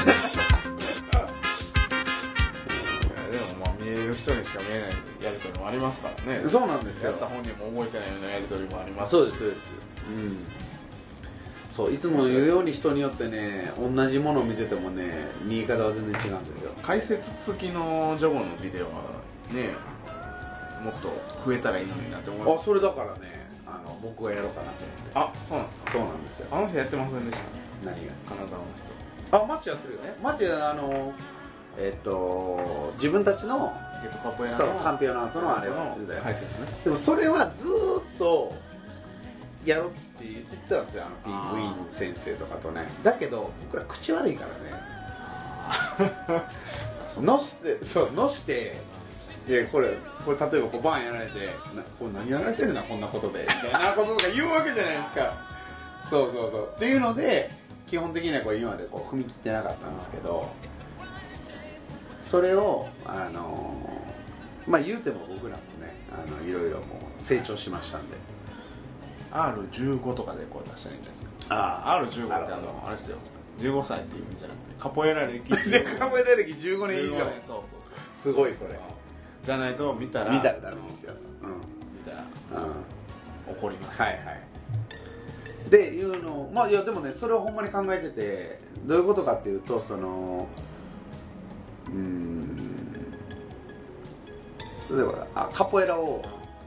もまあ見える人にしか見えないやり取りもありますからね。 そうなんですよ。 やった本人も覚えてないようなやり取りもありますし。 そうですそうです。そういつも言うように人によってね同じものを見ててもね見え方は全然違うんですよ。 解説付きのジョゴのビデオはねもっと増えたらいいのになって思います。 それだからね僕がやろうかなと思って。 そうなんですか。 そうなんですよ。 あの人やってませんでした。 何が？ 金沢のマッチやってるよね。マッチ自分たちの人カポエラそうのカンピオナートのあれは解説ね。 でもそれはずーっとやろうって言ってたんですよピンウィーン先生とかとね。だけど僕ら口悪いからねのしていやこれ例えばこうバンやられてこれ何やられてるんだこんなことでみたいなこととか言うわけじゃないですか。そうっていうので基本的にはこう今までこう踏み切ってなかったんですけど、それをまあ言うても僕らもねいろいろもう成長しましたんで R15 とかでこう出したらいいんじゃないですか。R15 ってあれですよ、15歳っていうんじゃなくてカポエラ歴カポエラ歴15年以上。 そうすごいそれじゃないと見たらダメですよ。 見たら怒ります。 はいでいうのをいやでもねそれをほんまに考えててどういうことかっていうと例えばカポエラを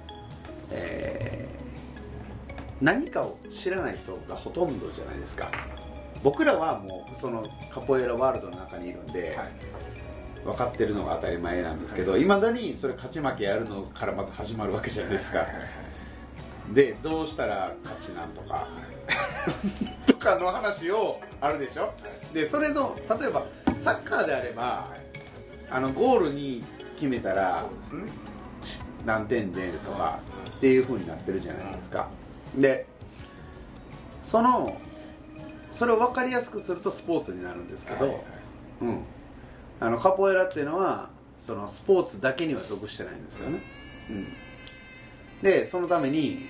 何かを知らない人がほとんどじゃないですか。僕らはもうそのカポエラワールドの中にいるんで、分かってるのが当たり前なんですけど、いまだにそれ勝ち負けやるのからまず始まるわけじゃないですか。でどうしたら勝ちなんとかとかの話をあるでしょ。でそれの例えばサッカーであればゴールに決めたら何点でとかっていう風になってるじゃないですか。でそれを分かりやすくするとスポーツになるんですけど、カポエラっていうのはそのスポーツだけには属してないんですよね。でそのために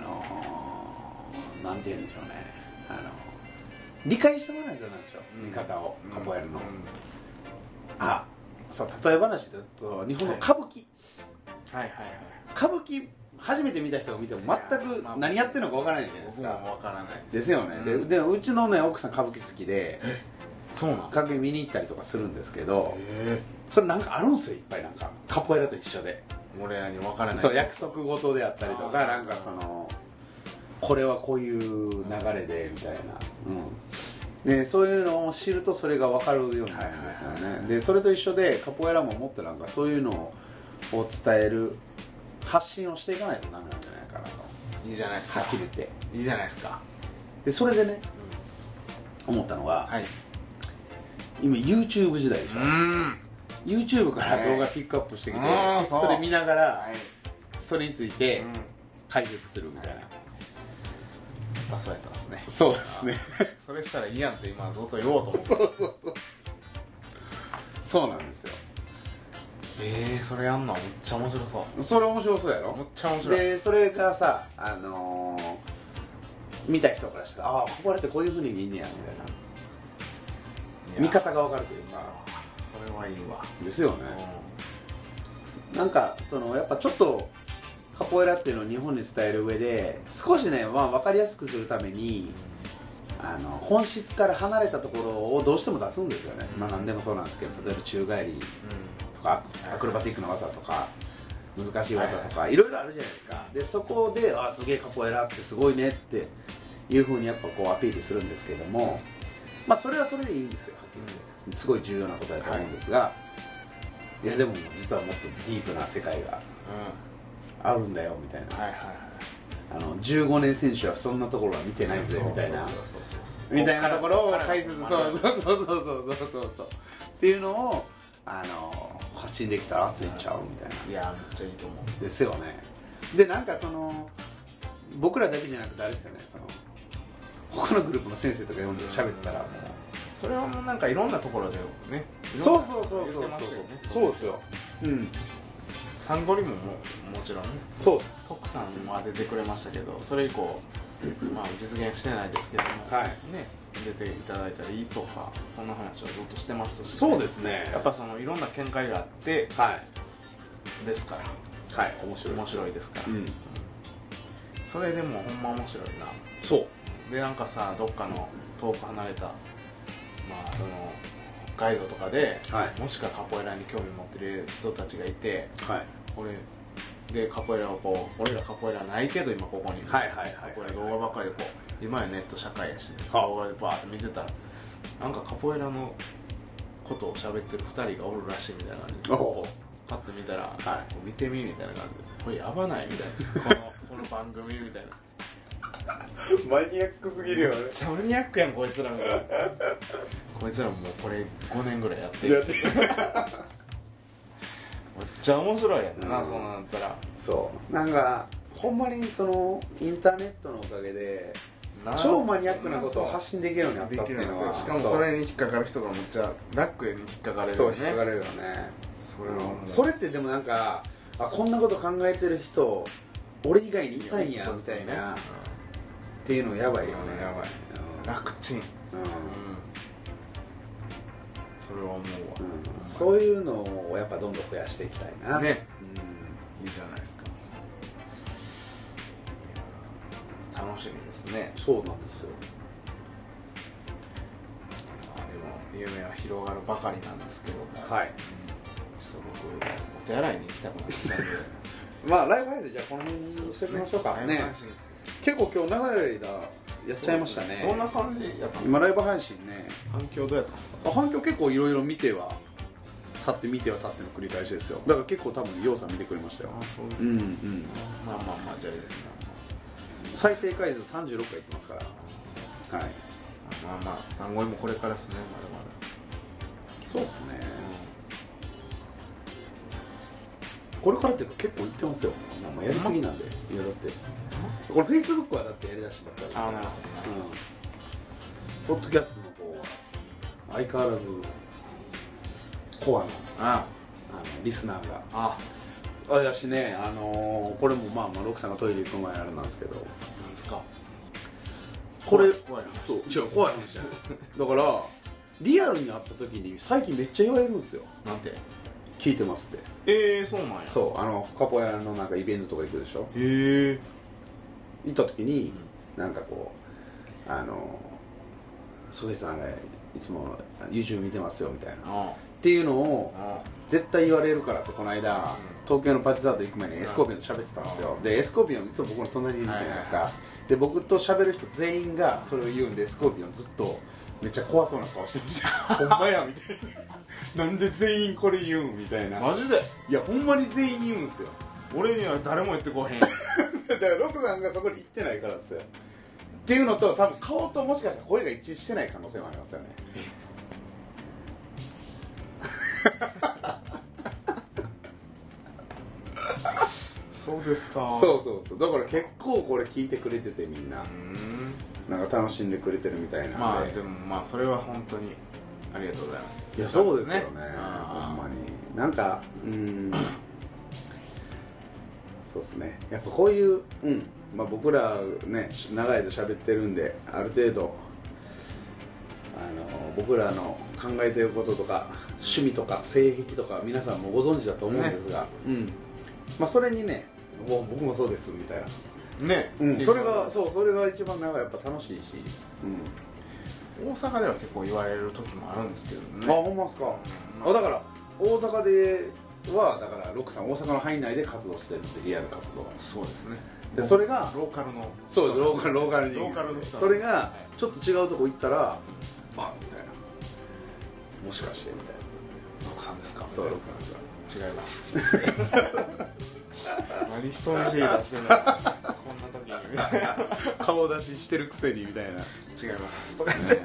なんて言うんでしょうね理解してもらわないとなんですよ、見方をカポエラの。そう例え話だと日本の歌舞伎、歌舞伎初めて見た人が見ても全く何やってるのかわからないじゃないですか。 僕もわからないですよね。でうちのね奥さん歌舞伎好きでそうなん歌舞伎見に行ったりとかするんですけど、それなんかあるんですよいっぱい。なんかカポエラと一緒で俺らにわからないそう約束事であったりとかなんかこれはこういう流れでみたいな、でそういうのを知るとそれが分かるようになるんですよね。でそれと一緒でカポエラももっとなんかそういうのを伝える発信をしていかないとダメなんじゃないかなと。 いいじゃないですか。 はっきり言っていいじゃないですか。 でそれでね、思ったのが、今 YouTube 時代でしょ。YouTube から動画ピックアップしてきて、それ見ながら、それについて解説するみたいな。 そうやったんですね。 そうですね。 それしたらいいやんって今ずっと言おうと思って。 そうなんですよ。 それやんのめっちゃ面白そう。 それ面白そうやろ。 めっちゃ面白い。でそれがさ見た人からしたらカポエラってこういう風に見んねやみたいな見方が分かるというか。 それはいいわ。 ですよね。なんかやっぱちょっとカポエラっていうのを日本に伝える上で少しね、分かりやすくするために本質から離れたところをどうしても出すんですよね。何でもそうなんですけど、例えば宙返りとかアクロバティックな技とか難しい技とかいろいろあるじゃないですか。でそこですげえカポエラってすごいねっていう風にやっぱこうアピールするんですけれども、それはそれでいいんですよ。はっきり言ってすごい重要なことだと思うんですが、いやでも実はもっとディープな世界があるんだよみたいな。15年選手はそんなところは見てないぜみたいなみたいなところを解説そうっていうのを発信できたら熱いんちゃうみたいな。 いやめっちゃいいと思う。 ですよね。でなんか僕らだけじゃなくてあれですよね、他のグループの先生とか読んで喋ったらもうそれはもうなんかいろんなところでね。 そうそうですよ。サンゴリももちろんね。 そう徳さんは出てくれましたけど、それ以降実現してないですけども、ね出ていただいたらいいとか、そんな話をずっとしてますし、 そうですね。 やっぱそのいろんな見解があって、 はい、 ですから、 はい、面白いですから、 うん、 それでもほんま面白いな。 そうでなんかさ、どっかの遠く離れた、まあそのガイドとかで、 はい、 もしかカポエラに興味持ってる人たちがいて、 はい、 俺でカポエラをこう、俺らカポエラないけど今ここに、 はいはいはい、 カポエラ動画ばっかりでこう、今やネット社会やし、 はあ、 動画でバーって見てたら、なんかカポエラのことを喋ってる2人がおるらしいみたいな感じで、こうパッと見たら、 はい、 見てみみたいな感じで、これやばないみたいな、この番組みたいな。 マニアックすぎるよね。 めっちゃマニアックやんこいつらみたいな。こいつらももうこれ5年ぐらいやってる。めっちゃ面白いやんな、そうなったら。 そうなんかほんまにそのインターネットのおかげで超マニアックなことを発信できるようになったっていうのは、 しかもそれに引っかかる人がめっちゃラックに引っかかれるよね。 そう引っかかれるよね。それってでもなんか、あ、こんなこと考えてる人俺以外にいたんやみたいなっていうのやばいよね。 やばい、楽ちん、それは思うわ、 そういうのをやっぱどんどん増やしていきたいなね、いいじゃないですか。楽しみですね。 そうなんですよ。 でも夢は広がるばかりなんですけど、 はい、 ちょっと僕お手洗いに行きたくなっちゃうんでまあライブ配信じゃあこの辺にしておきましょうかね。結構今日長い間やっちゃいましたね。 どんな感じやったんですか今ライブ配信ね。 反響どうやったんですか？ 反響結構いろいろ見ては去って見ては去っての繰り返しですよ。だから結構多分ようさん見てくれましたよ。 あ、そうですか。まあまあまあ、じゃあ再生回数36回いってますから。はい。 まあまあ産声もこれからですね。まだまだそうですね、これからっていうか結構いってますよ。もうやりすぎなんで。いやだってこれ Facebook はだってやりだしばっかりですから。なるほど、ポッドキャストの方は相変わらずコアのリスナーがあれだしね、これもまあロクさんがトイレ行く前あれなんですけど、 なんですかこれ怖い話。 そう違う、怖い話じゃないですだからリアルに会った時に最近めっちゃ言われるんですよ。 なんて？ 聞いてますって。 そうなんや。 そうカポエラのなんかイベントとか行くでしょ。 へえ。 行った時に、なんかこうソゲさんがいつも YouTube 見てますよみたいなっていうのを絶対言われるからって、この間東京のパチザート行く前にエスコーピオンと喋ってたんですよ。でエスコーピオンいつも僕の隣にいるじゃないですか。で僕と喋る人全員がそれを言うんで、エスコーピオンずっとめっちゃ怖そうな顔してましたほんまやみたいななんで全員これ言うんみたいな。 マジで？ いやほんまに全員言うんですよ。 俺には誰も言ってこへんだからロクさんがそこに行ってないからですよっていうのと、多分顔ともしかしたら声が一致してない可能性もありますよね。 そうですか。 そうだから結構これ聞いてくれてて、みんななんか楽しんでくれてるみたいなんで。 まあでもまあそれは本当にありがとうございます。 いやそうですよね、ほんまになんかそうですね。やっぱこういうまあ僕らね長い間喋ってるんで、ある程度僕らの考えてることとか趣味とか性癖とか皆さんもご存知だと思うんですが、まあそれにね、もう僕もそうですみたいなね、それが一番なんかやっぱ楽しいし、 大阪では結構言われる時もあるんですけどね。 あ、ほんまですか。だから大阪ではだからロックさん大阪の範囲内で活動してるんで、リアル活動は。 そうですね。 でそれがローカルのそうローカルにローカルの人、 それがちょっと違うとこ行ったら、あみたいな、もしかしてみたいな。 ロクさんですか？ そう、ロクさんが違います何人見知り出してんのこんな時にみたいな顔出ししてるくせにみたいな。 違いますとか言って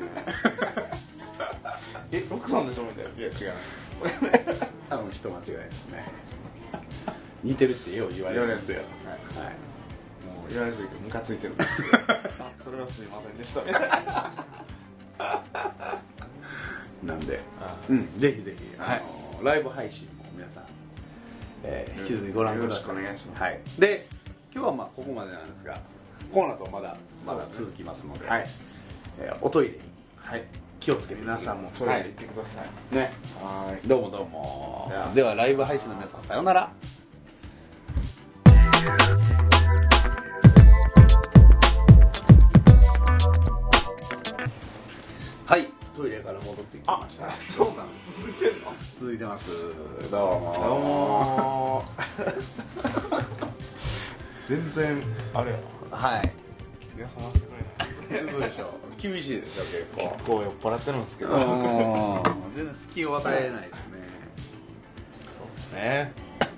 ロクさんでしょみたいな。いや違います多分人間違いですね。似てるってよう言われるんですよ。はい、 もう言われすぎてムカついてるんですそれはすいませんでしたみたいなんでぜひぜひライブ配信も皆さん引き続きご覧ください。 よろしくお願いします。 はい、で今日はまあここまでなんですが、この後まだ続きますので、おトイレにはい、 気をつけて皆さんもトイレ行ってくださいね。 はい、 どうもどうも。ではライブ配信の皆さん、さようなら。はい、トイレから戻ってきました。 そうさん続いてるの？ 続いてます。どうもどうも全然あれやな、 はい。 気が済ませてくれないですね。 そうでしょ。厳しいでしょ結構。 結構酔っ払ってるんですけど全然隙を与えないですね。 そうですね。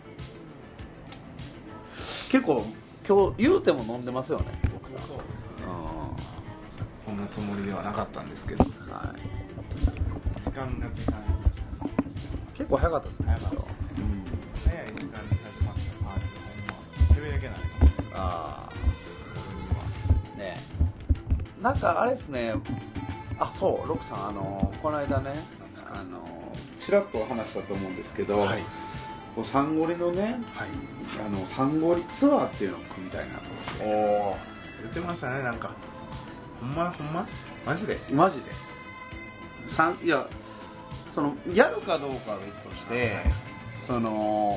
結構今日言うても飲んでますよね、奥さん。 そうですね。そんなつもりではなかったんですけど、はい、時間が結構早かったですね。 早い時間に始まったパーティー、ほんま手ぶれけないですね。 ああねえ、なんかあれですね。あ、そうロクさん、この間ね、ちらっと話したと思うんですけど、はい、サンゴリのね、はい、サンゴリツアーっていうのを組みたいなと思って。 おお、言ってましたね。なんかほんまマジでいや、そのやるかどうかは別として、その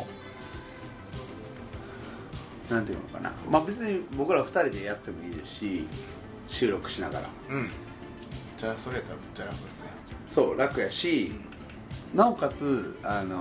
なんていうのかな、まあ別に僕ら2人でやってもいいですし、収録しながら、 じゃあそれやったらめっちゃ楽っすよ。 そう楽やし、なおかつ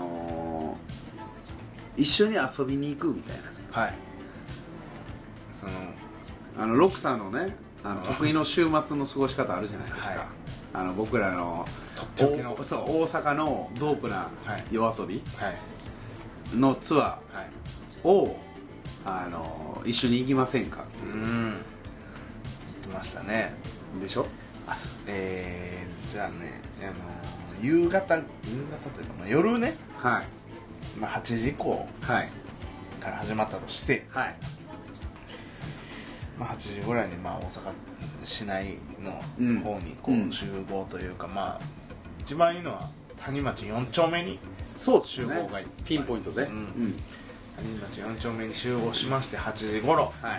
一緒に遊びに行くみたいな。はい。そのロクさんのね、得意の週末の過ごし方あるじゃないですか。はい、僕らのとっておきの大阪のドープな夜遊びのツアーを、一緒に行きませんかって言ってましたね。 でしょ。 じゃあね、夕方というか、まあ、夜ね、はい、まあ、8時以降から始まったとして、はい、まあ、8時ぐらいにまあ大阪市内の方にこう集合というか、まあ一番いいのは谷町4丁目に集合がピンポイントで、 谷町4丁目に集合しまして、8時頃、はい、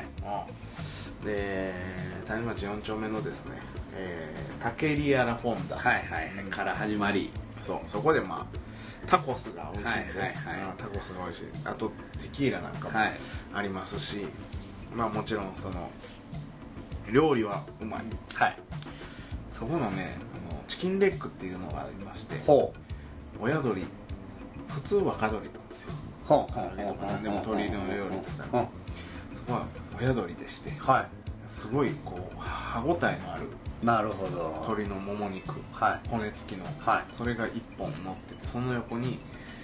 で谷町4丁目のですね、タケリアラフォンダから始まり、 そこでまあタコスが美味しいんで、タコスが美味しい、あとテキーラなんかもありますし、まあもちろんその料理はうまい、はい、そこのね、チキンレッグっていうのがありまして、親鶏、普通若鶏なんですよ。唐揚げとか何でも鶏の料理って言ったら、そこは親鶏でして、はい、すごいこう歯ごたえのある、 なるほど、 鶏のもも肉、はい、骨付きの、はい、それが1本乗ってて、その横に、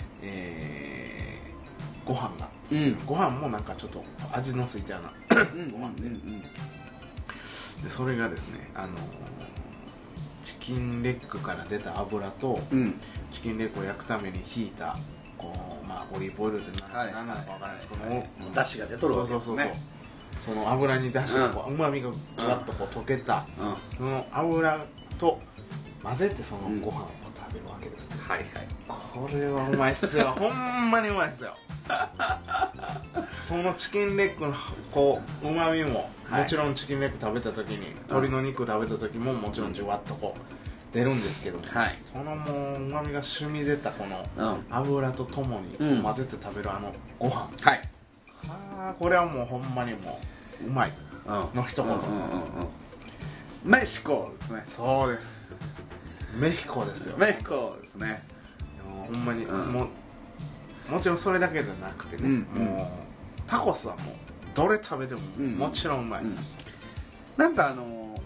ご飯が、ご飯もなんかちょっと味のついたようなご飯で、でそれがですね、チキンレッグから出た油と、チキンレッグを焼くためにひいたこう、まあ、オリーブオイルって何なのか分からないですけど、 だしが出とるわけですね。 その油にだしのうまみがじわっとこう溶けた、その油と混ぜてそのご飯を食べるわけです。はいはい、これはうまいっすよ。ほんまにうまいっすよ。そのチキンレッグのこうまみも、もちろんチキンレッグ食べた時に、鶏の肉食べた時ももちろんじゅわっとこう出るんですけど、そのもううまみが染み出たこの油とともに混ぜて食べるご飯、これはもうほんまにもううまいの一言。 メヒコですね。 そうです、メヒコですよ。 メヒコですね。 ほんまに、もちろんそれだけじゃなくてね、もうタコスはもうどれ食べてももちろんうまいです。 なんか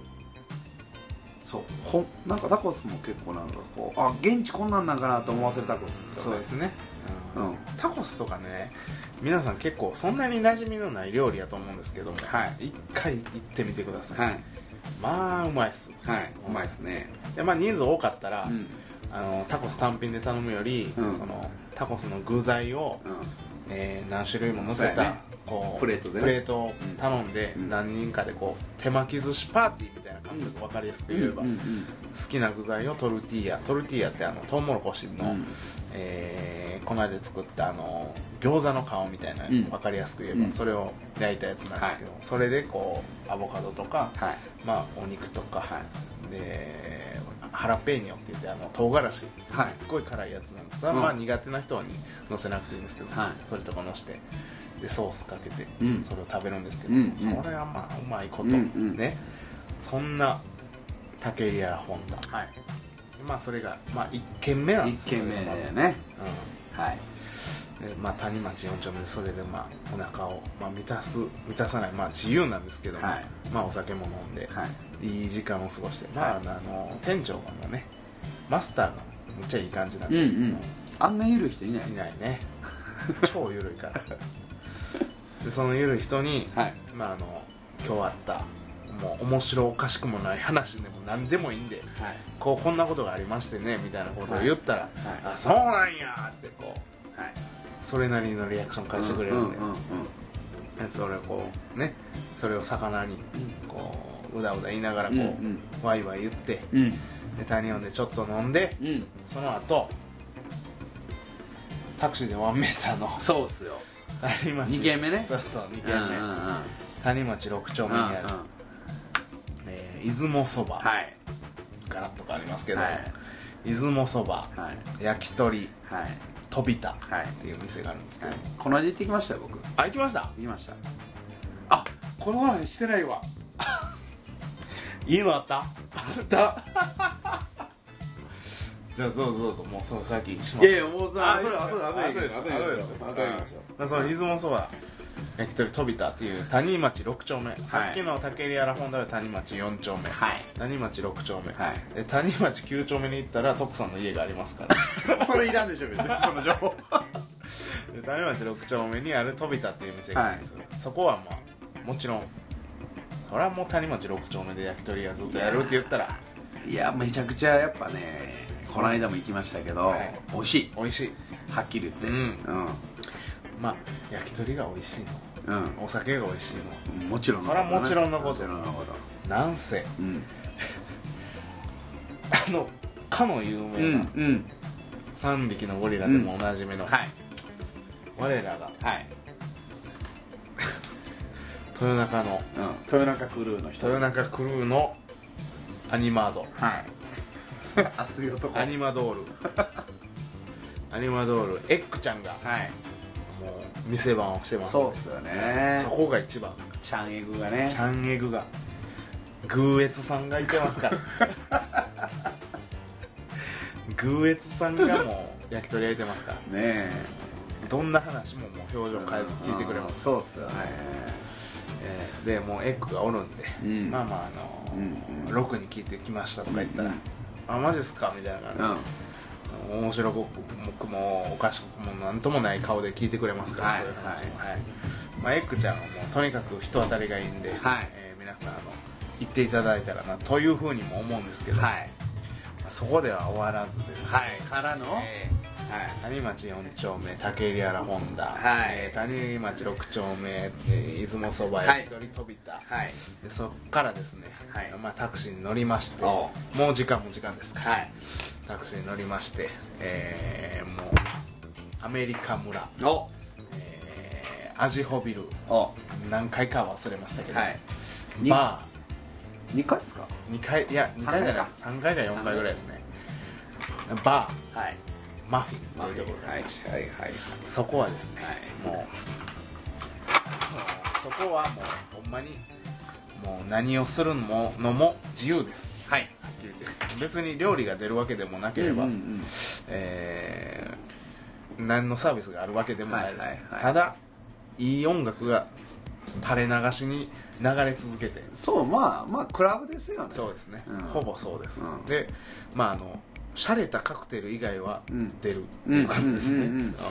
そうなんかタコスも結構なんかこう、現地こんなんなんかなと思わせるタコスですよね。 そうですね。タコスとかね、皆さん結構そんなに馴染みのない料理やと思うんですけども、一回行ってみてください。まあうまいっす。 うまいっすね。 で、まあ人数多かったら、タコス単品で頼むより、そのタコスの具材を何種類も乗せたこうプレートを頼んで、何人かでこう手巻き寿司パーティーみたいな感じで分かりやすく言えば、好きな具材をトルティーヤってトウモロコシの粉で作った餃子の皮みたいな、分かりやすく言えばそれを焼いたやつなんですけど、それでこうアボカドとか、まあお肉とかでハラペーニョって言って唐辛子すっごい辛いやつなんですが、まあ苦手な人にのせなくていいんですけど、それとかのしてでソースかけてそれを食べるんですけど、それはまあうまいことね。そんなタケリアホンダ、まあそれがまあ1軒目なんですよ。 1軒目だよね。はい。 まあ谷町4丁目でそれでまあお腹をまあ満たさない、まあ自由なんですけども、まあお酒も飲んでいい時間を過ごして、まあ店長のねマスターがむっちゃいい感じなんで、 あんな緩い人いないね。超緩いからでその緩い人にまあ今日あったもう面白おかしくもない話でも何でもいいんで、こんなことがありましてねみたいなことを言ったら、あ、そうなんやってこうそれなりのリアクション返してくれるんで、それをこうね、それを魚にこううだうだ言いながらこうワイワイ言って、で谷音でちょっと飲んで、その後タクシーで1メーターのそうっすよ谷町 2軒目ね。 そうそう2軒目、谷町6丁目にある出雲そば、ガラッとかありますけど、出雲そば、焼き鳥、飛びたっていう店があるんですけど、 この間行ってきましたよ僕。 あ、行きました。 行きました。 あ、この話してないわ。いいのあった？あったじゃあどうぞもうその先します。 いやいやもうさ、それ後でその出雲そば焼き鳥飛びたっていう谷町6丁目、さっきの竹リアラホンダは谷町4丁目、谷町6丁目、で谷町9丁目に行ったら徳さんの家がありますからそれいらんでしょ別にその情報で谷町6丁目にある飛びたっていう店があるんですよ、そこはまあもちろんそれはもう谷町6丁目で焼き鳥屋ずっとやるって言ったらいやめちゃくちゃやっぱね、この間も行きましたけど、美味しいはっきり言って、 まあ焼き鳥が美味しいの、お酒が美味しいの、 もちろんそれはもちろんのことなんせ、かの有名な3匹のゴリラでもおなじみの我らが豊中の豊中クルーの人、 豊中クルーのアニマード、 熱い男アニマドールアニマドールエッグちゃんがもう店番をしてます。 そうっすよね。 そこが一番チャンエグがね、 チャンエグがグーエツさんがいてますからグーエツさんがもう焼き鳥焼いてますからね。 どんな話ももう表情変えず聞いてくれます。 そうっすよね。 でもうエッグがおるんで、まあまあロクに聞いてきましたとか言ったら、あ、マジっすかみたいな感じで面白くもおかしくもなんともない顔で聞いてくれますから、そういう話も、まあ、エッグちゃんはもうとにかく人当たりがいいんで、皆さん行っていただいたらなというふうにも思うんですけど、そこでは終わらずですね、 からの谷町4丁目竹入原本田、谷町6丁目出雲そば焼き鳥飛びた、でそっからですね、まあ、タクシーに乗りまして、もう時間ですから、タクシーに乗りまして、もうアメリカ村、アジホビル、何回か忘れましたけど、バー2回ですか ？2回、いや2回じゃない、3回か4回ぐらいですね。バー、マフィンというところ、そこはですね、もうそこはもうほんまにもう何をするのも自由です。別に料理が出るわけでもなければ、何のサービスがあるわけでもないです。ただいい音楽が垂れ流しに流れ続けて、 そう、まあクラブですよね。 そうですね、ほぼそうです。で、まあ洒落たカクテル以外は出るっていう感じですね。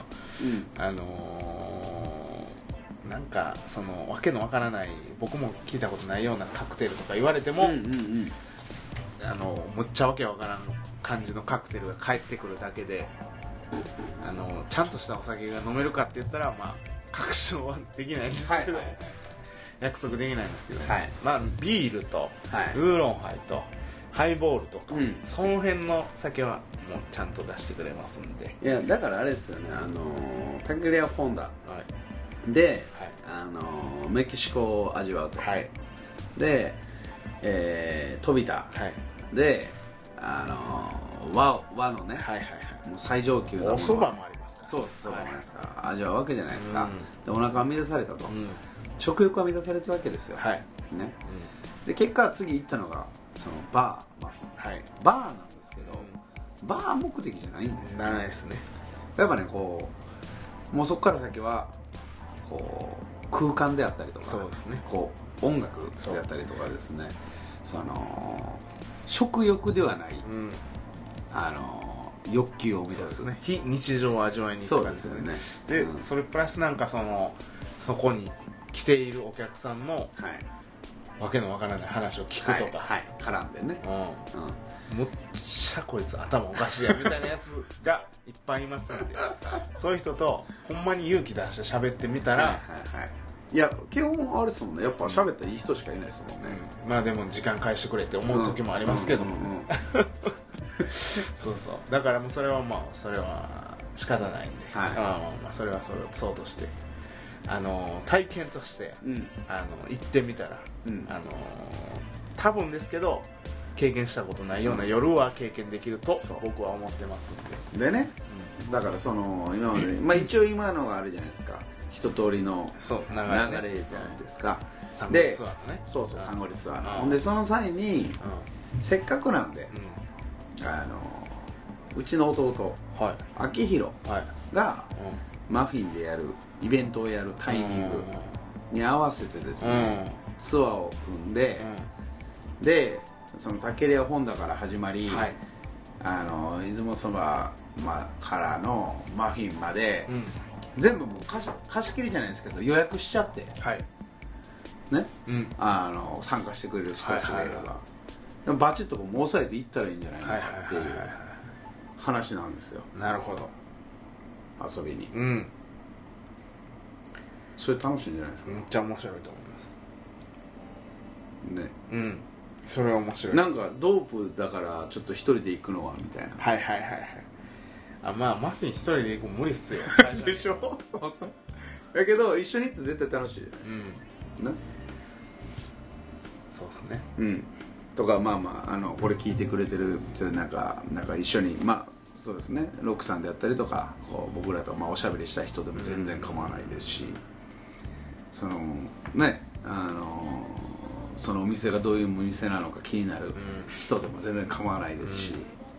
なんかそのわけのわからない、僕も聞いたことないようなカクテルとか言われても、むっちゃわけわからん感じのカクテルが返ってくるだけで、ちゃんとしたお酒が飲めるかって言ったら、まあ確証はできないんですけど、約束できないんですけど、まあビールとウーロンハイとハイボールとか、その辺の酒はもうちゃんと出してくれますんで。 いやだからあれですよね、タケリアフォンダで、メキシコを味わうと、で、飛びた、で和のね、もう最上級のお蕎麦もありますから、 そうです、そばもありますから味わうわけじゃないですか、でお腹が満たされたと、食欲が満たされたわけですよ、ね、で結果次行ったのがそのバーマフィン、バーなんですけど、バー目的じゃないんですよ、 ないですね。 やっぱねこうもうそこから先はこう空間であったりとか、 そうですね、 こう音楽であったりとかですね、その食欲ではない、欲求を満たす、ね、 非日常を味わいに行った感じですね。で、それプラスなんかそこに来ているお客さんの、わけのわからない話を聞くとか、 絡んでね、 むっちゃこいつ頭おかしいやみたいなやつがいっぱいいますんでそういう人とほんまに勇気出して喋ってみたら、 いや基本あれですもんね、やっぱ喋ったらいい人しかいないですもんね、 まあでも時間返してくれって思う時もありますけども、そうそう、だからもうそれはそれは仕方ないんで、それはそうとして体験として、行ってみたら、多分ですけど経験したことないような夜は経験できると僕は思ってますんで、 でね、だからその今まで、一応今のがあるじゃないですか、一通りの流れじゃないですか、 サンゴリツアーのね、 そうそう、サンゴリツアーので、その際に、せっかくなんで、うちの弟、秋広がマフィンでやるイベントをやるタイミングに合わせてですね、ツアーを組んで、でその竹レア本田から始まり、出雲そばからのマフィンまで、全部もう貸し切りじゃないですけど予約しちゃって、ね、参加してくれる人たちがいれば、でもバチッともう抑えていったらいいんじゃないかっていう話なんですよ。 なるほど、 遊びに、それ楽しいんじゃないですか。 めっちゃ面白いと思いますね。それは面白い。 なんかドープだからちょっと一人で行くのはみたいな。 マフィン一人で行くの無理っすよでしょ。そうそう。だけど一緒に行って絶対楽しいじゃないですか。 そうですね。 とかこれ聞いてくれてるなんか一緒にそうですね、ロックさんであったりとかこう僕らとおしゃべりしたい人でも全然構わないですし、そのねそのお店がどういうお店なのか気になる人でも全然構わないですし、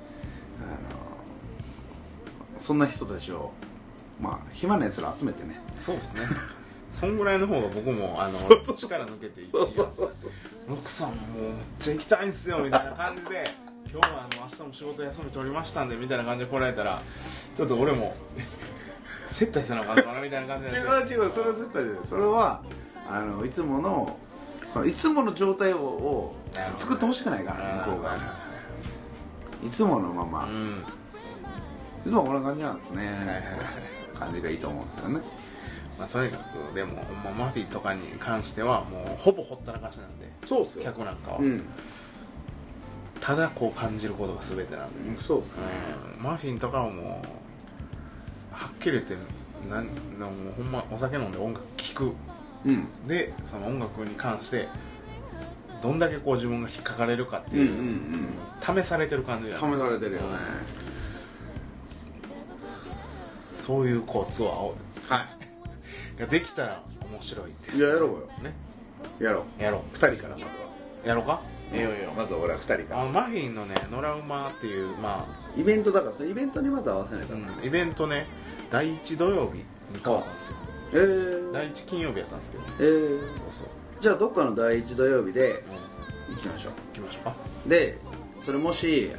そんな人たちを暇なやつら集めてね。 そうですね。そんぐらいの方が僕も力抜けていって、ロックさんもめっちゃ行きたいんすよみたいな感じで今日は明日も仕事休み取りましたんでみたいな感じで来られたら、ちょっと俺も接待せなあかんのかなみたいな感じで。 違う、それは接待じゃない。それはいつもの状態を作ってほしくないから向こうがいつものまま、いつもこんな感じなんですね、感じがいいと思うんですよね。 とにかくでもマフィンとかに関してはもうほぼほったらかしなんで、 そうっすよ、 客なんかは、ただこう感じることが全てなんで、 そうですね。 マフィンとかはもうはっきり言ってもうほんまお酒飲んで音楽聴く、でその音楽に関してどんだけこう自分が引っかかれるかっていう、試されてる感じ試されてるよね。 そういうツアーをができたら面白いです。 いや、やろうよね。 やろう2人からまずはやろうか。 まずは俺は2人から。 マフィンのね、野良馬っていうイベントだから、そのイベントにまず合わせないと。 イベントね、第1土曜日に変わったんですよ。第1金曜日やったんですけど、そうじゃあどっかの第1土曜日で行きましょうか。 でそれもし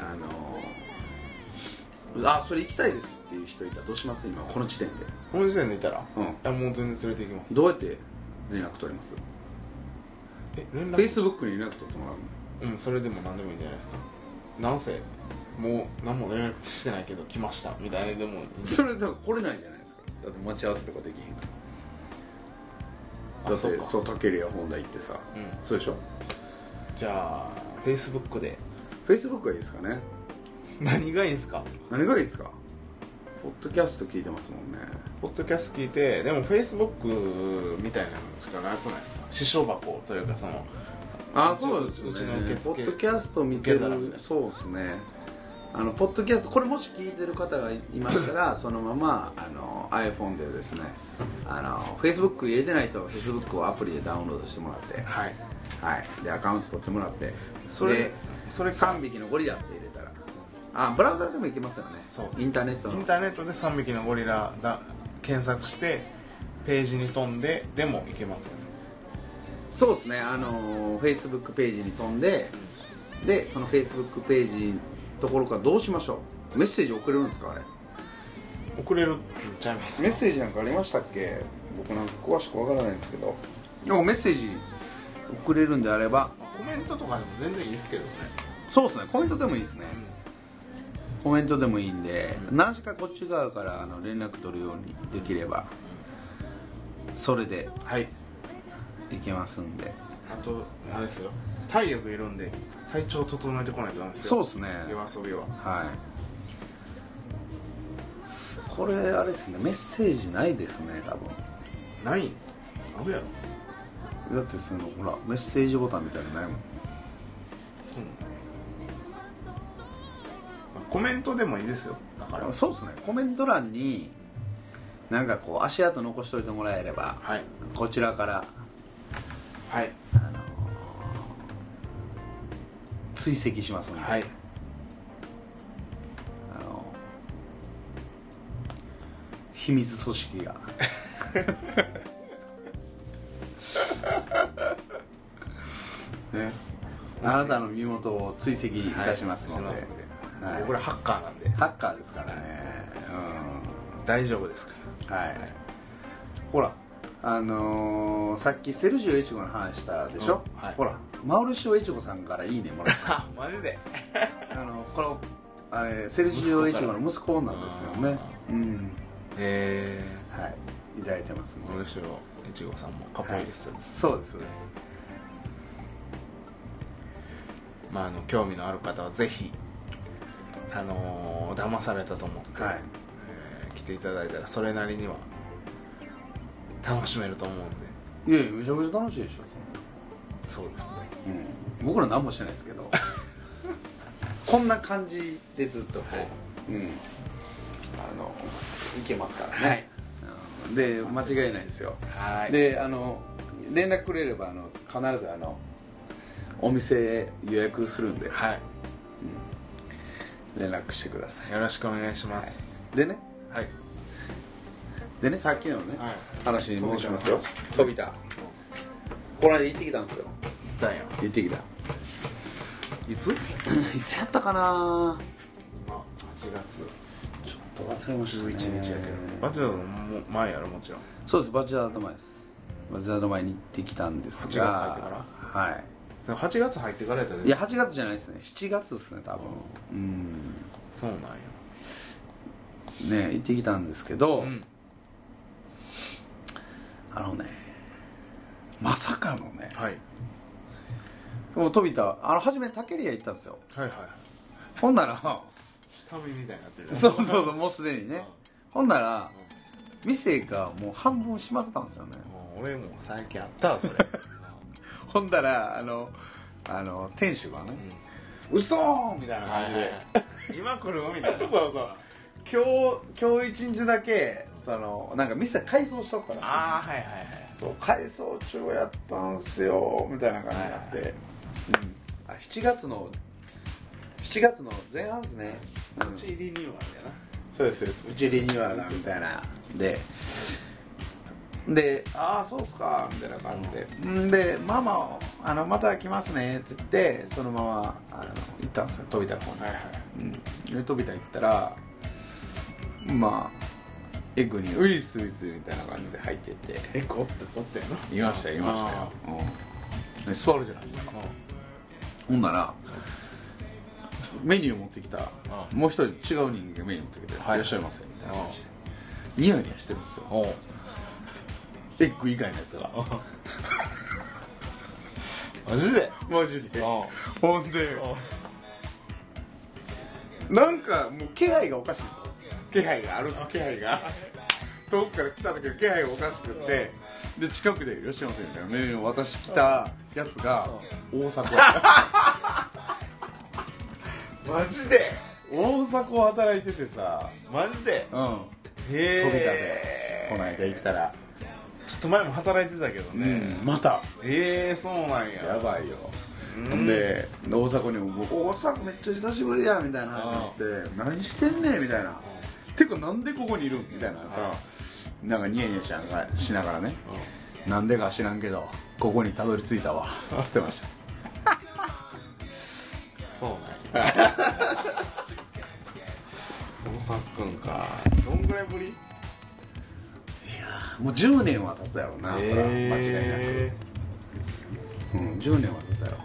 それ行きたいですっていう人いたらどうします？今この時点でいたら、もう全然連れて行きます。 どうやって連絡取ります？ 連絡 Facebook に連絡取ってもらう？ それでも何でもいいんじゃないですか。なんせもう何も連絡してないけど来ましたみたいなでもいい。 それだから来れないじゃないですか。だって待ち合わせとかできへんから。だってそう竹レア本田行ってさ、そうでしょ。 じゃあ Facebook で。 Facebook がいいですかね。 何がいいですか？ 何がいいですか？ポッドキャスト聞いてますもんね。 ポッドキャスト聞いて、でも Facebook みたいなのしかなくないですか？支所箱というか、そのあ、そうですね。 うちの受付ポッドキャスト見てる、そうですね。ポッドキャスト、これもし聞いてる方がいましたらそのままiPhone でですねFacebook 入れてない人は Facebook をアプリでダウンロードしてもらって、 はい、 はい、でアカウント取ってもらって、 それ 3匹のゴリラって入れたら、ブラウザでもいけますよね。 そう、 インターネットで3匹のゴリラ検索してページに飛んででもいけますよね。 そうですね。Facebook ページに飛んで、でその Facebook ページのところからどうしましょう。メッセージ送れるんですか？あれ送れるんちゃいますか？ メッセージなんかありましたっけ？僕なんか詳しくわからないんですけど、でもメッセージ送れるんであればコメントとかでも全然いいですけどね。 そうですね、コメントでもいいですね、コメントでもいいんで、何時かこっち側から連絡取るようにできれば、それでいけますんで。 あとあれですよ、体力いるんで体調整えてこないとダメですよ。 そうですね、 夜遊びは。 はい。これあれですね、メッセージないですね、多分。 ないあるやろ。 だってほらメッセージボタンみたいなのないもん。 コメントでもいいですよ。だからそうですね、コメント欄になんかこう足跡残しといてもらえれば、 はい、 こちらからはい追跡しますので、 はい、 秘密組織がね、あなたの身元を追跡いたしますので、 はい、僕らハッカーなんで。 ハッカーですからね、 大丈夫ですから。 はい、ほらさっきセルジオ越後の話したでしょ、はい、ほらマウルシオ越後さんからいいねもらったマジでこのあれセルジオ越後の息子なんですよね。へえ、はい、いただいてますね。 マウルシオ越後さんもカポエリストです、 そうですそうです。 まあ興味のある方はぜひ騙されたと思って、来ていただいたらそれなりには楽しめると思うんで。いやいや、めちゃくちゃ楽しいでしょ。 そうですね、 僕ら何もしてないですけどこんな感じでずっとこう、いけますからね、で間違いないですよ。で連絡くれれば必ずお店予約するんで、連絡してください。 よろしくお願いします。 でね、さっきのね、話に戻しますよ。飛びたこの間行ってきたんですよ。行ってきた。いつやったかな。 8月ちょっと忘れましたね。 11日やけど、バチェラーの前やろ。もちろんそうです、バチェラーの前です。バチェラーの前に行ってきたんですが、8月入ってから。はい、8月入ってからやったら、いや8月じゃないですね、7月ですね多分。そうなんやね。行ってきたんですけど、まさかのね、もう飛びた初め竹リア行ったんですよ。ほんなら下見みたいになってる。そうもうすでにね。ほんなら店がもう半分閉まってたんですよね。俺も最近あったわそれほんだら店主がね、嘘みたいな感じで今来るみたいな。今日一日だけなんか店改装しとったらしい。そう改装中やったんすよみたいな感じになって、7月の前半ですね。うちリニューアルやな。そうですうちリニューアルだみたいなでああそうっすかみたいな感じで、でまた来ますねって言ってそのまま行ったんですよ、飛びたの方に。飛びた行ったらエッグにウイスウイスみたいな感じで入ってってエッグおってんのいましたよ、で座るじゃないですか。ほんならメニュー持ってきたもう一人違う人間がメニュー持ってきていらっしゃいませみたいな感じでニヤニヤしてるんですよ、エッグ以外のやつがマジでほんでなんかもう気配がおかしいんですよ。気配が遠くから来た時の気配がおかしくって、で近くで「いらっしゃいませ」みたいなメールを渡してきたやつが大迫マジで大迫働いててさ、 マジで、 うん、飛び立てこないだ行ったらちょっと前も働いてたけどね、 またそうなんや、 やばいよ。ほんで大迫にも「大迫めっちゃ久しぶりや」みたいな話になって「何してんねん」みたいな「てかなんでここにいるん?」みたいななんかニヤニヤしながらね「なんでか知らんけどここにたどり着いたわ」つってました。 そうなんや大迫くんか、どんぐらいぶり？ いやもう10年は経つやろうな、それは間違いなく、10年は経つやろ。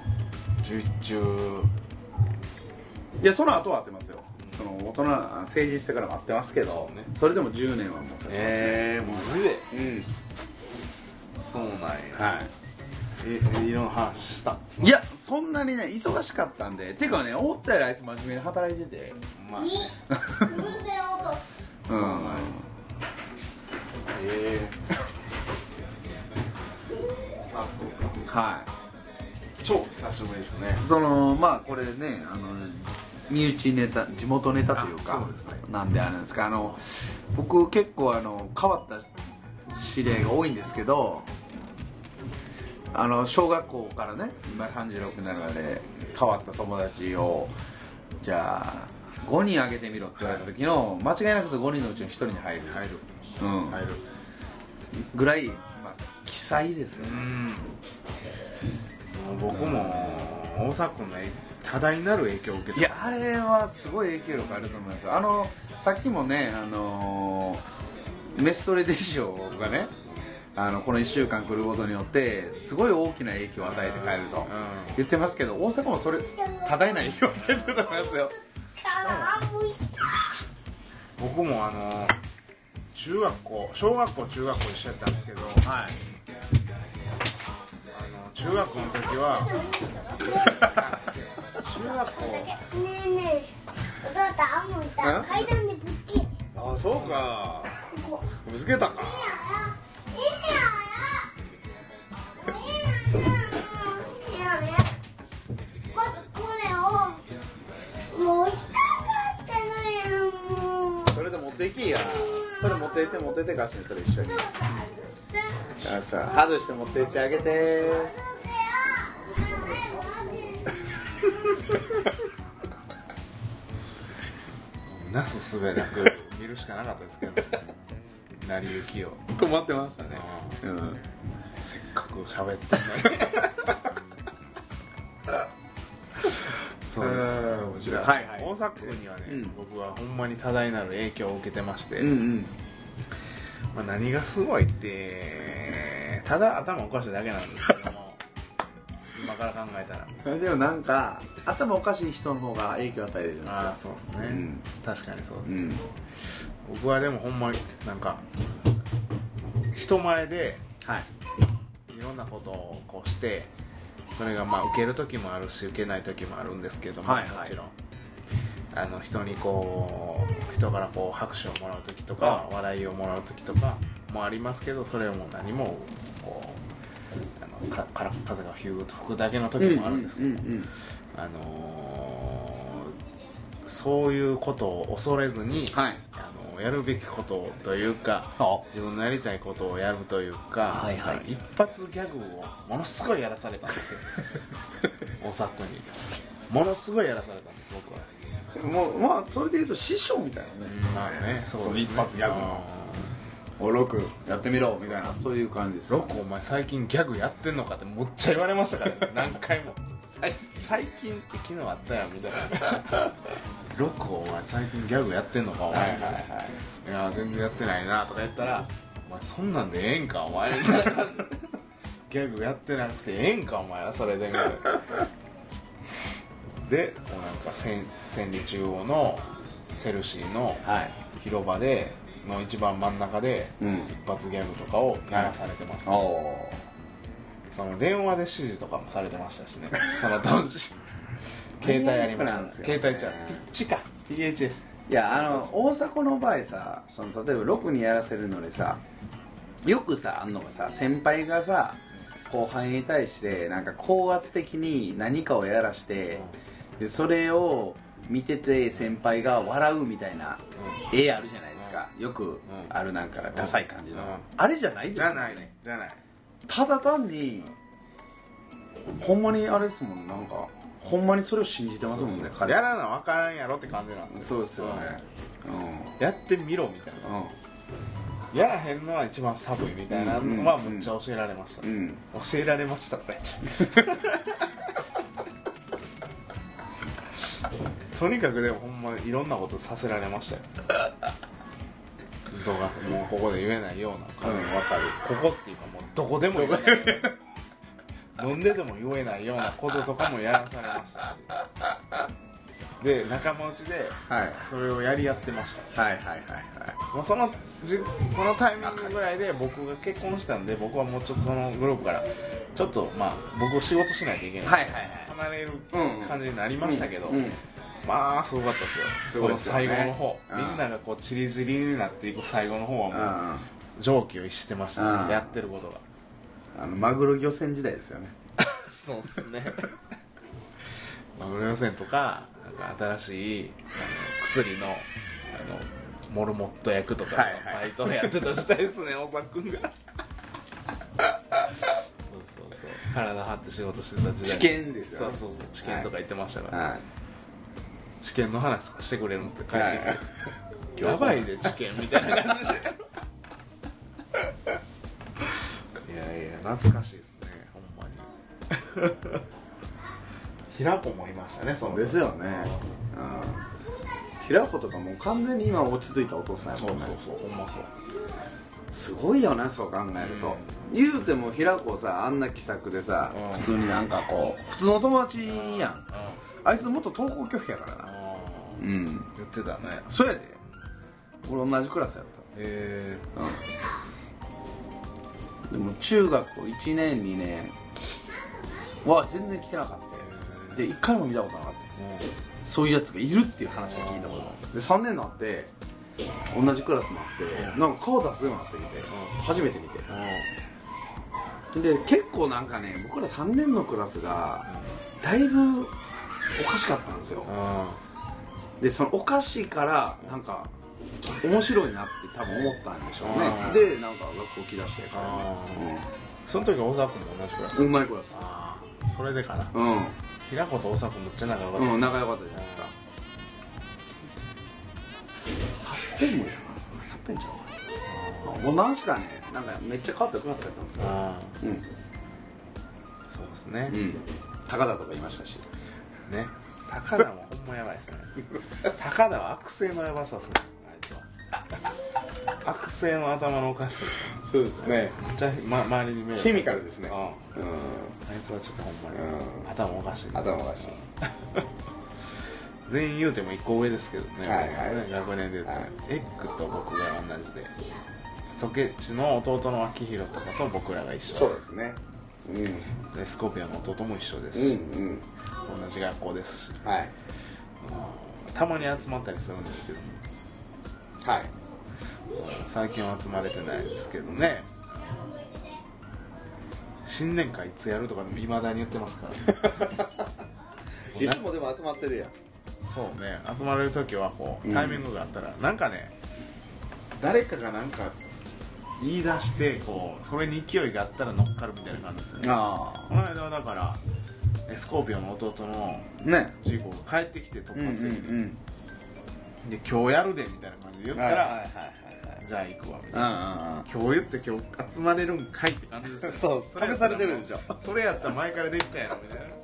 いやその後は会ってますよ、その大人成人してからも会ってますけど、それでも10年はもう経ってますマジで、そうなんや、いろんな話した？ いやそんなにね忙しかったんで、てかね思ったよりあいつ真面目に働いてて、 まあね、 偶然落とす。 そうなんや、 はい超久しぶりですね。 そのまあこれね身内ネタ、地元ネタというか、 そうですね、 なんであれなんですか、僕結構変わった知り合いが多いんですけど、小学校からね今36になるまで変わった友達をじゃあ5人挙げてみろって言われた時の間違いなくその5人のうちの1人に入るぐらい、まあ、奇才ですよね。 僕も大迫君の多大なる影響を受けてます。 いやあれはすごい影響力あると思いますよ。さっきもねメストレデジオがねこの1週間来ることによってすごい大きな影響を与えて帰ると言ってますけど、大阪もそれ多大な影響を与えてると思いますよ。 僕も小学校中学校一緒やったんですけど、中学校の時は中学校ねえねえ、お父さん思った階段でぶつけ。 ああそうか、ぶつけたか。 それで持っていきや。それ持っていってかしにそれ一緒に。さあ外して持っていってあげて。 なすすべなく見るしかなかったですけど、成り行きを止まってましたね。 せっかく喋ってんのにそうです。 面白い。はいはい。 大迫君にはね、僕はほんまに多大なる影響を受けてまして、まあ、何がすごいってただ頭おかしいだけなんですけども今から考えたらでもなんか頭おかしい人の方が影響を与えれるんですよ。 ああそうですね、確かにそうです、僕はでもほんまになんか人前でいろんなことをこうしてそれがまあ受ける時もあるし受けない時もあるんですけども、もちろん人にこう人からこう拍手をもらう時とか笑いをもらう時とかもありますけど、それをもう何もこうから風がヒューッと吹くだけの時もあるんですけど、そういうことを恐れずに、やるべきことというか自分のやりたいことをやるというか、一発ギャグをものすごいやらされたんですよ大迫にものすごいやらされたんです僕は。 もうまあそれでいうと師匠みたいなね。 まあね、 その一発ギャグのおロクやってみろみたいな、そういう感じです。 ロクお前最近ギャグやってんのかってむっちゃ言われましたから、ね、何回も最近って昨日あったやんみたいなロクお前最近ギャグやってんのかお前、いや全然やってないなとか言ったらお前そんなんでええんかお前みたいなギャグやってなくてええんかお前はそれでみたいなでこうなんか千里中央のセルシーの広場での一番真ん中で一発ギャグとかをやらされてました、その電話で指示とかもされてましたしねその当時携帯ありました、携帯じゃピッチか PHS いや大迫の場合さ、その例えば6にやらせるのでさ、よくさあんのがさ、先輩がさ後輩に対してなんか高圧的に何かをやらして、でそれを見てて先輩が笑うみたいな絵あるじゃないですか、よくあるなんかダサい感じの、あれじゃないですよね。 じゃない、 ただ単にほんまにあれですもん、なんかほんまにそれを信じてますもんね。 やらな分からんやろって感じなんですよ。 そうですよね、 やってみろみたいな、やらへんのは一番寒いみたいなのはむっちゃ教えられました、教えられましたとか言っちゃとにかくでもほんまにいろんなことさせられましたよ人がもうここで言えないような感じ、分かる、ここっていうかもうどこでも言えない飲んででも言えないようなこととかもやらされましたし、で仲間内でそれをやり合ってました、はいはいはいはい、もうそのタイミングぐらいで僕が結婚したんで、僕はもうちょっとそのグループからちょっとまあ僕仕事しないといけない、離れる感じになりましたけど、まあすごかったですよ、その最後の方、みんながこうチリチリになっていく最後の方はもう常軌を逸してましたね、やってることが。 マグロ漁船時代ですよねそうっすねマグロ漁船とか、なんか新しい薬のモルモット役とかバイトをやってた時代ですね、大沢君がそう体張って仕事してた時代、 知見ですよね。 そう知見とか言ってましたから、知見の話とかしてくれるんですよ、帰ってきてやばいで知見みたいな感じでいやいや懐かしいですね、ほんまに平子もいましたね、そのですよね、平子とかもう完全に今落ち着いたお父さんやもんね。 そうほんまそう、 すごいよね、そう考えると、言うても平子さ、あんな気さくでさ、普通になんかこう普通の友達やん、あいつ元登校拒否やからな。 言ってたね。 そうやで、俺同じクラスやった。でも中学校1年2年は全然来てなかったで、1回も見たことなかった、そういうやつがいるっていう話を聞いたことがあって、で3年になって同じクラスになって、なんか顔出すようになってきて、初めて見て、で結構なんかね、僕ら3年のクラスがだいぶおかしかったんですよ。でそのおかしいからなんか面白いなって多分思ったんでしょうね。でなんか学校来だしてから、 その時大沢君と同じクラス。 同じクラス。 それでかな。平子と大沢君めっちゃ仲良かった。 仲良かったじゃないですか。サッペンもやな。サッペンちゃうか。もう何しかね、なんかめっちゃ変わったクラスやったんですよ。 そうですね。 高田とかいましたしね。高田もほんまやばいですね。高田は悪性のやばさする、あいつは。悪性の頭のおかしさ。 そうですね。 めっちゃ周りに見える。 ケミカルですね。 あいつはちょっとほんまに頭おかしい。 頭おかしい。 全員言うても1個上ですけどね。学年で言うとね。エッグと僕が同じで、ソケッチの弟の秋広とかと僕らが一緒。 そうですね。 スコーピオンの弟も一緒ですし、同じ学校ですし、たまに集まったりするんですけども、最近は集まれてないですけどね。新年会いつやるとかでもいまだに言ってますからいつもでも集まってるやん。 そうね、集まれる時はこうタイミングがあったら、なんかね、誰かがなんか言い出してこうそれに勢いがあったら乗っかるみたいな感じですよね。この間はだからスコーピオンの弟のジーコが帰ってきて突発的に、で今日やるでみたいな感じで言ったら、じゃあ行くわみたいな、今日言って今日集まれるんかいって感じですよね。 そう試されてるでしょ。 それやったら前からできたやろみたいな。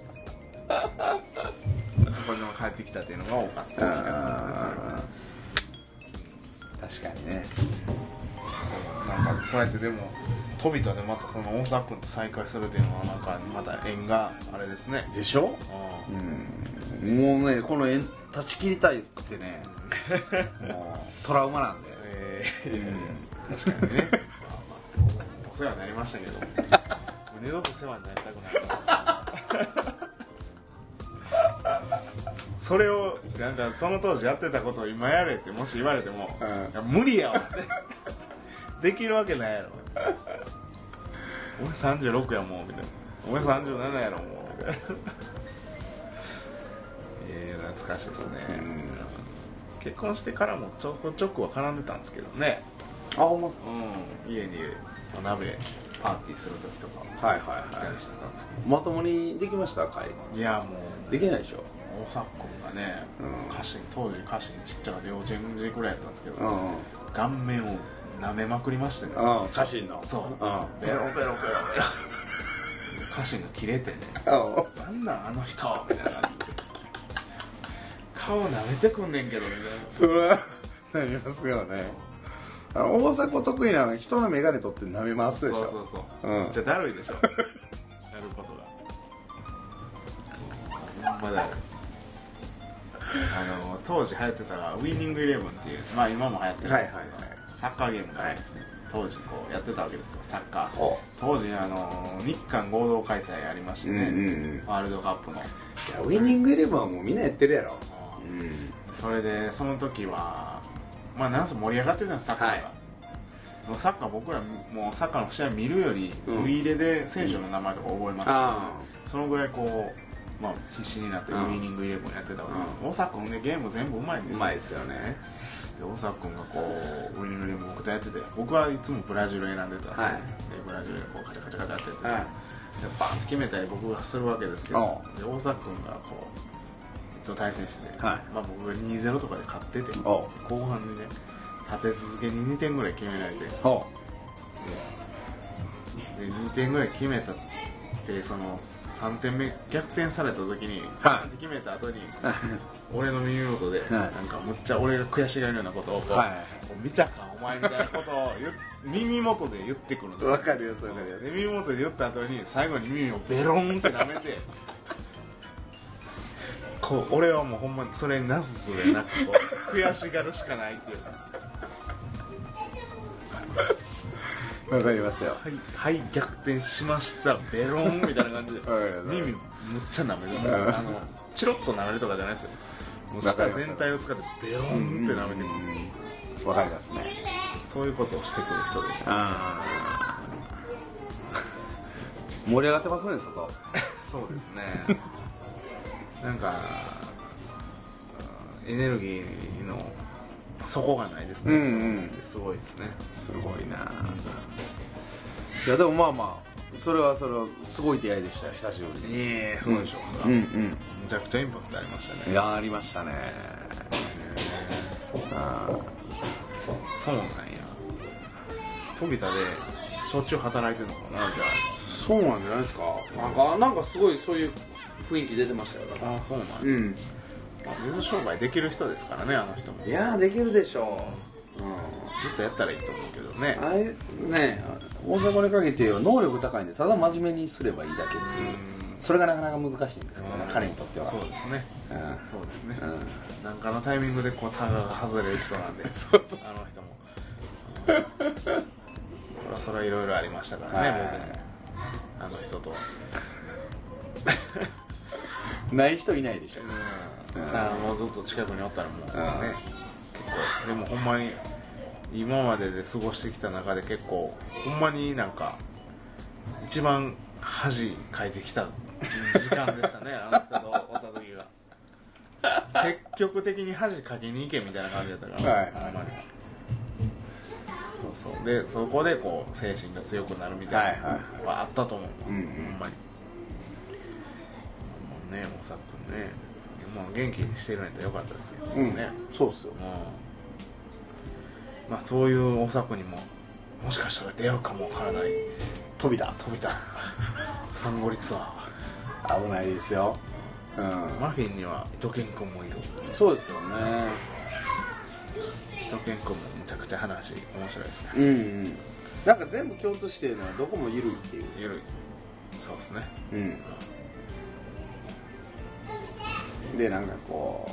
これも帰ってきたっていうのが多かったみたいな感じです。 確かにね。 なんかそうやってでも飛びとでまたその大沢君と再会するっていうのはなんかまた縁があれですね。 でしょ。もうねこの縁断ち切りたいってねもうトラウマなんで。 確かにね。お世話になりましたけど二度と世話になりたくない。 それをなんかその当時やってたことを今やれってもし言われても、無理やわってできるわけないやろ俺36やもんみたいなお前37やろもうみたいな懐かしいですね、結婚してからもちょこちょこは絡んでたんですけどね。 あ、ほんまっすか。 家にお鍋パーティーする時とか来たりしてたんですけど、 まともにできました会？ いやもうできないでしょ。 大作君がね、当時家臣ちっちゃかった幼稚園児くらいやったんですけど、顔面を舐めまくりましてね。 家臣の。 そう。ベロベロベロベロ。家臣がキレてね。なんなんあの人みたいな感じで。顔舐めてくんねんけどみたいな。 それはなりますよね。大迫得意なの人の眼鏡取って舐め回すでしょ。 そうそうそう。めっちゃだるいでしょ。やることが。ほんまだるい。当時流行ってたウィニングイレブンっていう、まあ今も流行ってるんですけど、サッカーゲームがあるんですね。当時こうやってたわけですよ、サッカー。当時日韓合同開催ありましてね、ワールドカップの。いや、ウィニングイレブンはもうみんなやってるやろ。 それでその時はまあなんせ盛り上がってたんです、サッカーが。サッカー僕らもうサッカーの試合見るよりウイイレで選手の名前とか覚えました、そのぐらいこうまあ必死になってウィニングイレブンやってたわけです。大作君ね、ゲーム全部うまいんですよ。 うまいですよね。 で大作君がこうウィニングイレブン僕とやってて、僕はいつもブラジル選んでたんですよ、でブラジルでこうカチャカチャカチャやってて、でバーンって決めたり僕がするわけですけど、で大作君がこうと対戦して、まあ僕が 2-0 とかで勝ってて、後半にね立て続けに2点ぐらい決められて、で2点ぐらい決めたってその3点目逆転された時に決めた後に俺の耳元でなんかむっちゃ俺が悔しがるようなことをこう見たかお前みたいなことを耳元で言ってくるんですよ。 わかるよ、わかるよ。 耳元で言った後に最後に耳をベロンって舐めてこう俺はもうほんまにそれになすすべなくこう悔しがるしかないっていうわかりますよ。 はい、逆転しましたベロンみたいな感じで耳むっちゃ舐める、チロッと舐めるとかじゃないですよ、もう舌全体を使ってベロンって舐めてくる。 わかりますね。 そういうことをしてくる人でした、 盛り上がってますね、外。 そうですねなんかエネルギーの底がないですね、すごいですね。 すごいな。いやでもまあまあそれはすごい出会いでしたよ、久しぶりに。 そうでしょうか。めちゃくちゃインパクトありましたね。 いや、ありましたね。 そうなんや。飛田でしょっちゅう働いてるのかな、じゃあ。 そうなんじゃないですか。なんかすごいそういう雰囲気出てましたよ。 あ、そうなんや。水商売できる人ですからね、あの人も。 いやー、できるでしょう。 ずっとやったらいいと思うけどね。 あれね、大阪にかけて能力高いんで、ただ真面目にすればいいだけっていう、それがなかなか難しいんですよね、彼にとっては。 そうですね、そうですね、なんかのタイミングでこうタガが外れる人なんで、あの人もそれはいろいろありましたからね、僕もあの人とはない人いないでしょ。 さあもうずっと近くにおったらもうね、結構でもほんまに今までで過ごしてきた中で結構ほんまになんか一番恥かいてきた時間でしたねあの人とおった時が積極的に恥かけに行けみたいな感じだったから、ほんまにそうでそこでこう精神が強くなるみたいなのはあったと思います、ほんまに。もうね、大作君ね、もう元気にしてるんやったらよかったですよ、ね。 そうっすよ。 まあそういう大作にももしかしたら出会うかもわからない飛田サンゴリツアー危ないですよ。 マフィンには伊藤健君もいる。 そうですよね。 伊藤健君もむちゃくちゃ話面白いですね。 なんか全部共通してるのはどこも緩いっていう。 緩い。そうですね。 でなんかこ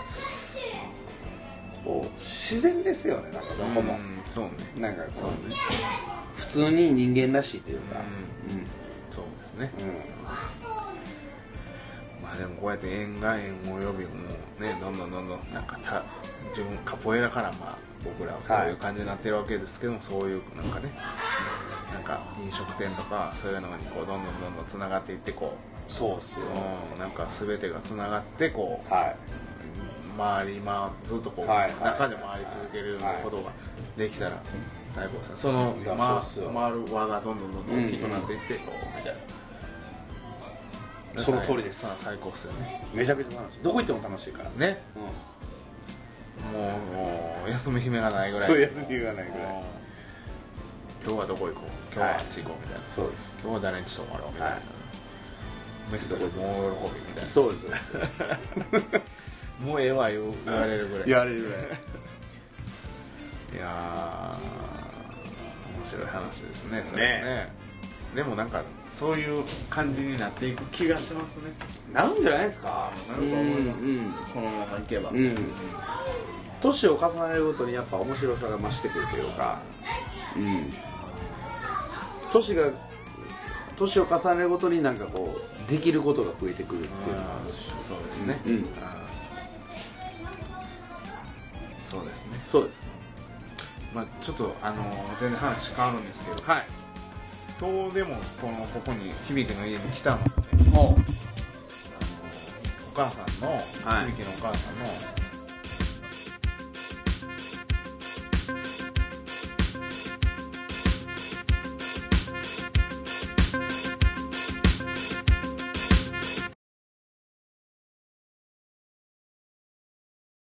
う自然ですよね、なんかどこも。 そうね。 なんかこう普通に人間らしいというか。 そうですね。ままあでもこうやって縁が縁を呼びもねどんどんなんか自分カポエラからまあ僕らはこういう感じになってるわけですけども、そういうなんかねなんか飲食店とかそういうのにこうどんどんつながっていってこうそうっすよ、 なんか全てがつながってこう、ずっとこう、中で回り続けるようなことができたら最高ですね。その回る輪がどんどん大きくなっていってこうみたいな。 その通りです。 最高っすよね。 めちゃくちゃ楽しい。どこ行っても楽しいからね。もう休む暇がないぐらい。 そう休む暇がないぐらい。 今日はどこ行こう。今日はあっち行こうみたいな。 そうです。 今日は誰に泊まろうみたいな。メスとかもう喜びみたいな。 そうです。 もうええわ言われるぐらい。 言われるぐらい。 いや面白い話ですね。それね。でもなんかそういう感じになっていく気がしますね。 なるんじゃないですか。 なると思います。このままいけば。 年を重ねるごとにやっぱ面白さが増してくるというか、年を重ねるごとになんかこうできることが増えてくるっていうのがそうですね。そうですね。 そうです。 まあちょっと全然話変わるんですけど、今日でもここに響の家に来たので、お母さんの響のお母さんの